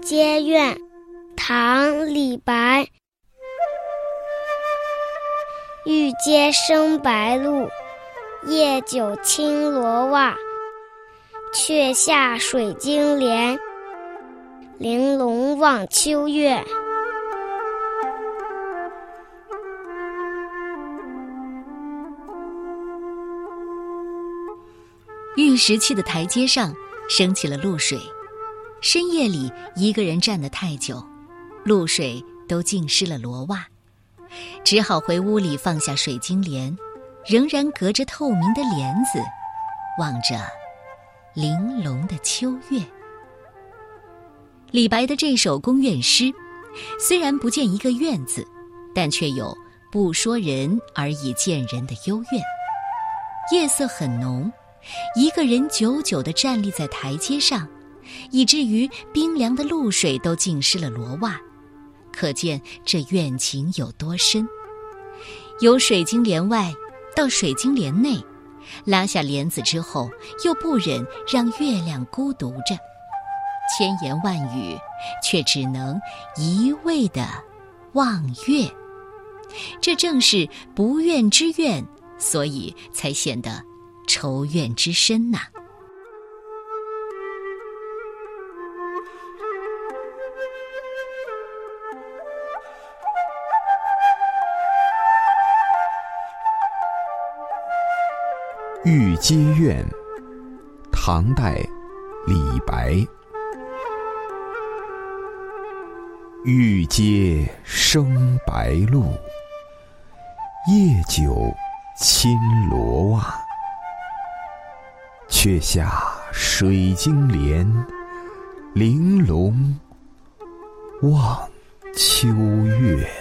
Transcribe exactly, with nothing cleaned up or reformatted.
阶怨》唐·李白。玉阶生白露，夜久侵罗袜。却下水晶帘，玲珑望秋月。 玉石砌的台阶上升起了露水，深夜里一个人站得太久，露水都浸湿了罗袜，只好回屋里放下水晶帘，仍然隔着透明的帘子望着玲珑的秋月。李白的这首宫怨诗虽然不见一个怨字，但却有不说人而已见人的幽怨。夜色很浓，一个人久久地站立在台阶上，以至于冰凉的露水都浸湿了罗袜，可见这怨情有多深。由水晶帘外到水晶帘内，拉下帘子之后，又不忍让月亮孤独着，千言万语却只能一味地望月。这正是不怨之怨，所以才显得仇怨之深呐、啊。 玉阶怨，唐代，李白。玉阶生白露，夜久侵罗袜。却下水晶帘，玲珑望秋月。